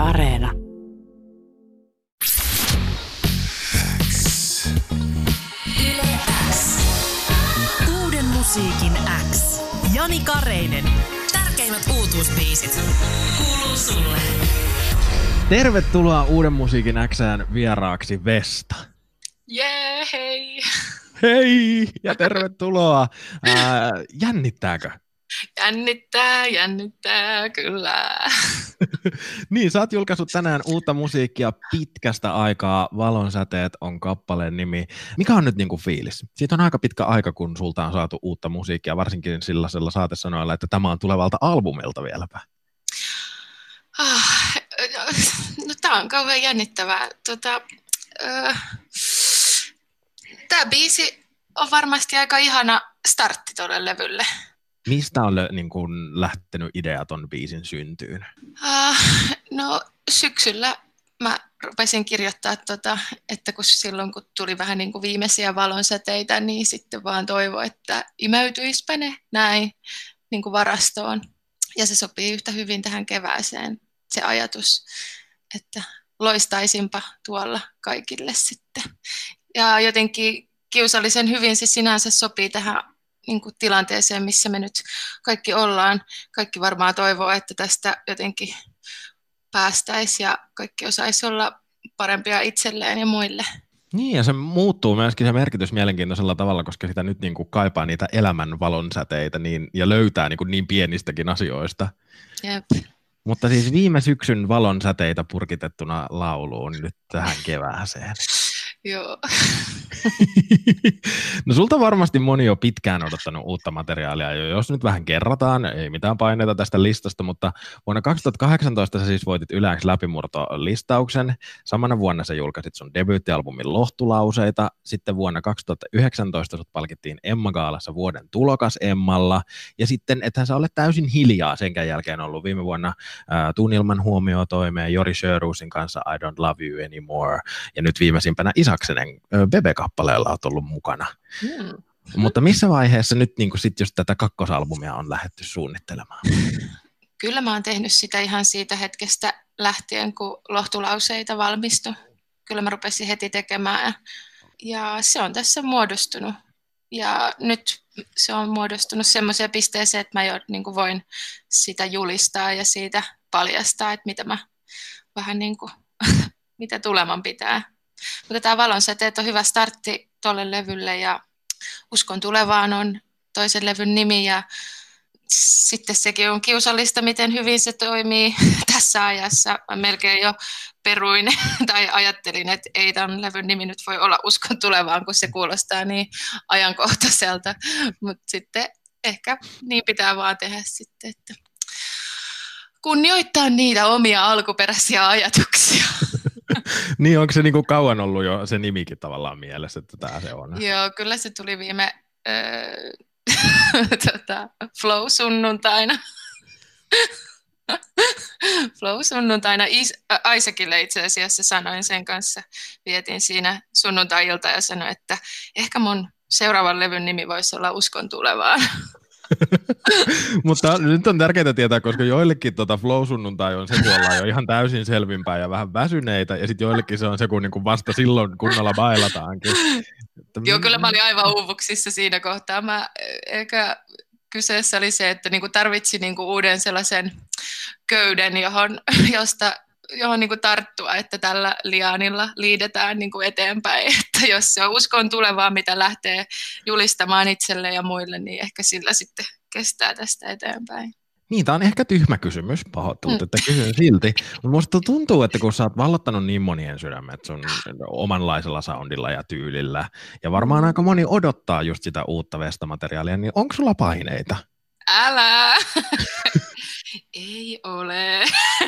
Areena. Yle X. Uuden musiikin X. Jani Kareinen. Tärkeimmät uutuusbiisit. Kuuluu sulle. Tervetuloa Uuden musiikin X:ään vieraaksi Vesta. Jee, hei! Hei ja tervetuloa. Jännittääkö? Jännittää, kyllä. Niin, sä oot julkaissut tänään uutta musiikkia pitkästä aikaa. Valonsäteet on kappaleen nimi. Mikä on nyt niinku fiilis? Siitä on aika pitkä aika, kun sulta on saatu uutta musiikkia, varsinkin sellaisella saatesanoilla, että tämä on tulevalta albumilta vieläpä. No tää on kauhean jännittävää. Tää biisi on varmasti aika ihana startti tuolle levylle. Mistä on niin kun lähtenyt idea ton biisin syntyyn? No syksyllä mä rupesin kirjoittaa, että silloin kun tuli vähän niin kuin viimeisiä valonsäteitä, niin sitten vaan toivo, että imeytyispä ne näin niin kuin varastoon. Ja se sopii yhtä hyvin tähän kevääseen, se ajatus, että loistaisinpa tuolla kaikille sitten. Ja jotenkin kiusallisen hyvin se sinänsä sopii tähän niin kuin tilanteeseen, missä me nyt kaikki ollaan. Kaikki varmaan toivoo, että tästä jotenkin päästäisiin ja kaikki osaisi olla parempia itselleen ja muille. Niin, ja se muuttuu myöskin se merkitys mielenkiintoisella tavalla, koska sitä nyt niin kuin kaipaa niitä elämän valonsäteitä ja löytää niin pienistäkin asioista. Jep. Mutta siis viime syksyn valonsäteitä purkitettuna lauluun nyt tähän kevääseen. Joo. No sulta varmasti moni on pitkään odottanut uutta materiaalia, jos nyt vähän kerrataan, ei mitään paineita tästä listasta, mutta vuonna 2018 sä siis voitit Yle X läpimurtolistauksen, samana vuonna sä julkaisit sun debyyttialbumin Lohtulauseita, sitten vuonna 2019 sut palkittiin Emma-gaalassa vuoden tulokas Emmalla, ja sitten ethän sä ole täysin hiljaa senkään jälkeen ollut viime vuonna Tuun ilman huomioon toimeen Jori Sjöruusin kanssa I Don't Love You Anymore, ja nyt viimeisimpänä Isaksenen Bebe-kappaleella olet ollut mukana. Mutta missä vaiheessa nyt niin sit just tätä kakkosalbumia on lähdetty suunnittelemaan? Kyllä mä oon tehnyt sitä ihan siitä hetkestä lähtien, kun Lohtulauseita valmistui. Kyllä mä rupesin heti tekemään ja se on tässä muodostunut. Ja nyt se on muodostunut semmoiseen pisteeseen, että mä jo niin kuin voin sitä julistaa ja siitä paljastaa, että mitä mä vähän niin kuin, mitä tuleman pitää. Mutta tämä Valonsäteet on hyvä startti tuolle levylle ja Uskon tulevaan on toisen levyn nimi ja sitten sekin on kiusallista, miten hyvin se toimii tässä ajassa. Mä melkein jo peruin tai ajattelin, että ei tämän levyn nimi nyt voi olla Uskon tulevaan, kun se kuulostaa niin ajankohtaiselta. Mutta sitten ehkä niin pitää vaan tehdä sitten, että kunnioittaa niitä omia alkuperäisiä ajatuksia. Niin, onko se niinku kauan ollut jo se nimikin tavallaan mielessä, että tämä se on? Joo, kyllä se tuli viime Flow-sunnuntaina. Flow-sunnuntaina Isaacille itse asiassa sanoin sen kanssa. Vietin siinä sunnuntai-ilta ja sanoin, että ehkä mun seuraavan levyn nimi voisi olla Uskon tulevaan. Mutta nyt on tärkeää tietää, koska joillekin Flow-sunnuntai on se, kun ollaan jo ihan täysin selvinpäin ja vähän väsyneitä, ja sitten joillekin se on se, kun niinku vasta silloin kunnolla bailataankin. Joo, kyllä mä olin aivan uuvuksissa siinä kohtaa. Kyseessä oli se, että niinku tarvitsi niinku uuden sellaisen köyden, johon niinku tarttua, että tällä lianilla liidetään niinku eteenpäin. Että jos se on uskon tulevaa, mitä lähtee julistamaan itselle ja muille, niin ehkä sillä sitten kestää tästä eteenpäin. Niin, tämä on ehkä tyhmä kysymys, pahoittelut, että kysyn silti. Mutta musta tuntuu, että kun sä oot vallottanut niin monien sydämet sun omanlaisella soundilla ja tyylillä, ja varmaan aika moni odottaa just sitä uutta Vesta-materiaalia, niin onko sulla paineita? Älä! Ei ole.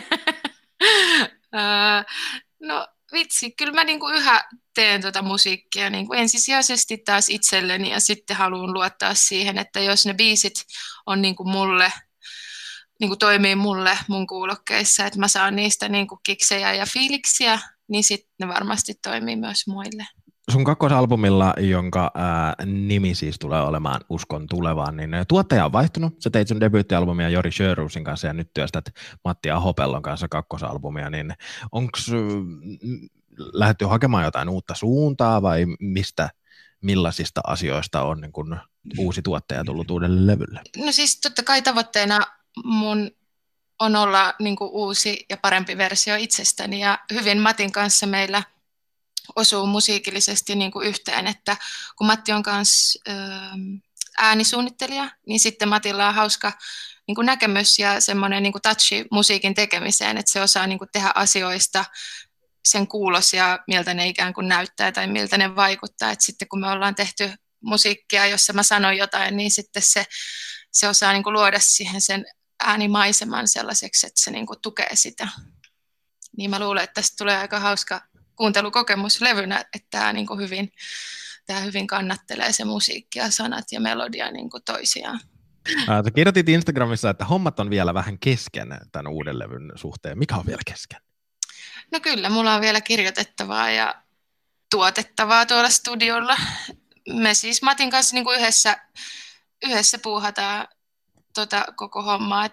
No vitsi, kyllä mä niinku yhä teen musiikkia niinku ensisijaisesti taas itselleni ja sitten haluan luottaa siihen, että jos ne biisit on niinku mulle, niinku toimii mulle mun kuulokkeissa, että mä saan niistä niinku kiksejä ja fiiliksiä, niin sitten ne varmasti toimii myös muille. sun kakkosalbumilla, jonka nimi siis tulee olemaan Uskon tulevaan, niin tuottaja on vaihtunut. Sä teit sun debyyttialbumia Jori Sjöruusin kanssa ja nyt työstät Matti Ahopellon kanssa kakkosalbumia, niin onko lähdetty hakemaan jotain uutta suuntaa vai millaisista asioista on niin kun uusi tuottaja tullut uudelle levylle? No siis totta kai tavoitteena mun on olla niin kuin uusi ja parempi versio itsestäni ja hyvin Matin kanssa meillä osuu musiikillisesti niin kuin yhteen, että kun Matti on kanssa äänisuunnittelija, niin sitten Matilla on hauska niin kuin näkemys ja semmoinen niin kuin touchi musiikin tekemiseen, että se osaa niin kuin tehdä asioista sen kuulosia, miltä ne ikään kuin näyttää tai miltä ne vaikuttaa. Et sitten kun me ollaan tehty musiikkia, jossa mä sanon jotain, niin sitten se osaa niin kuin luoda siihen sen äänimaiseman sellaiseksi, että se niin kuin tukee sitä. Niin mä luulen, että tästä tulee aika hauska kuuntelukokemus levynä, että tämä niin kuin hyvin kannattelee se musiikki ja sanat ja melodia niin kuin toisiaan. Sä kirjoitit Instagramissa, että hommat on vielä vähän kesken tämän uuden levyn suhteen. Mikä on vielä kesken? No kyllä, mulla on vielä kirjoitettavaa ja tuotettavaa tuolla studiolla. Me siis Matin kanssa niin kuin yhdessä puuhataan koko hommaa.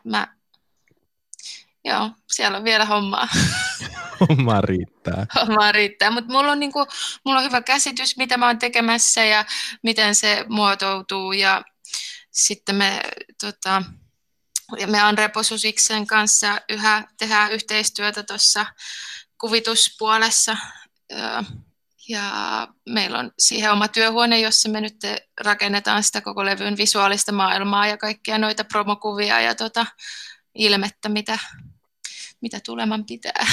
Joo, siellä on vielä hommaa. Hommaa riittää. Hommaa riittää, mutta mulla on hyvä käsitys, mitä mä oon tekemässä ja miten se muotoutuu. Ja sitten me Andre Posusiksen kanssa yhä tehdään yhteistyötä tuossa kuvituspuolessa. Ja meillä on siihen oma työhuone, jossa me nyt rakennetaan sitä koko levyn visuaalista maailmaa ja kaikkia noita promokuvia ja ilmettä, mitä tuleman pitää.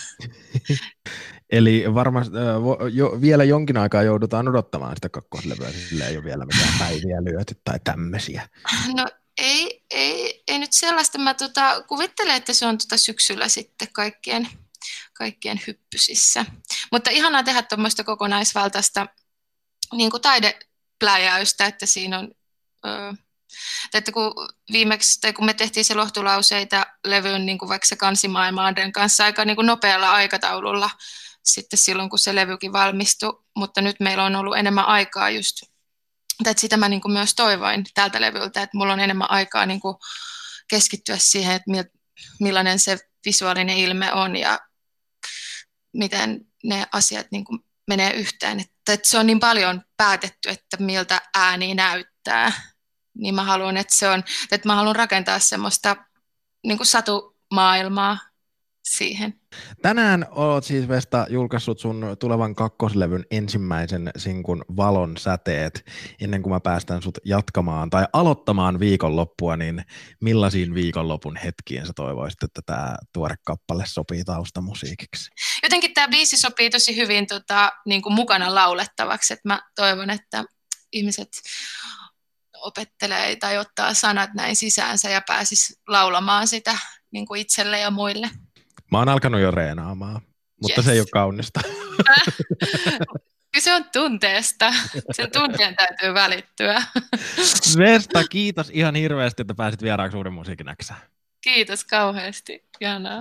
Eli varmasti vielä jonkin aikaa joudutaan odottamaan sitä kakkoslevyä, sillä ei ole vielä mitään päiviä lyöty tai tämmöisiä. No ei nyt sellaista. Mä kuvittelen, että se on syksyllä sitten kaikkien hyppysissä. Mutta ihanaa tehdä tuommoista kokonaisvaltaista niin kuin taidepläjäystä, että siinä on... että kun me tehtiin se Lohtulauseita levyn niin kuin vaikka se Kansimaailma Andren kanssa aika niin kuin nopealla aikataululla sitten silloin, kun se levykin valmistui, mutta nyt meillä on ollut enemmän aikaa just, että sitä mä niin kuin myös toivoin tältä levyltä, että mulla on enemmän aikaa niin kuin keskittyä siihen, että millainen se visuaalinen ilme on ja miten ne asiat niin kuin menee yhteen, että se on niin paljon päätetty, että miltä ääni näyttää. Niin mä haluan, että mä haluan rakentaa semmoista niin kuin satumaailmaa siihen. Tänään olet siis, Vesta, julkaissut sun tulevan kakkoslevyn ensimmäisen sinkun Valon säteet. Ennen kuin mä päästän sut jatkamaan tai aloittamaan viikonloppua, niin millaisiin viikonlopun hetkiin sä toivoisit, että tämä tuore kappale sopii taustamusiikiksi? Jotenkin tämä biisi sopii tosi hyvin niin kuin mukana laulettavaksi. Että mä toivon, että ihmiset opettelee tai ottaa sanat näin sisäänsä ja pääsis laulamaan sitä niin kuin itselle ja muille. Mä oon alkanut jo reenaamaan, mutta yes. Se ei ole kaunista. Se on tunteesta. Sen tunteen täytyy välittyä. Vesta, kiitos ihan hirveästi, että pääsit vieraaksi Uuden musiikin X:ään. Kiitos kauheasti. Ihanaa.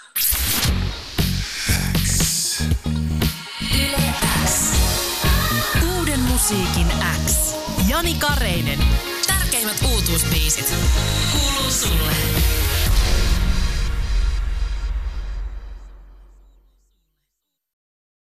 Uuden musiikin X. Jani Kareinen. Tärkeimmät uutuusbiisit. Kuuluu sulle.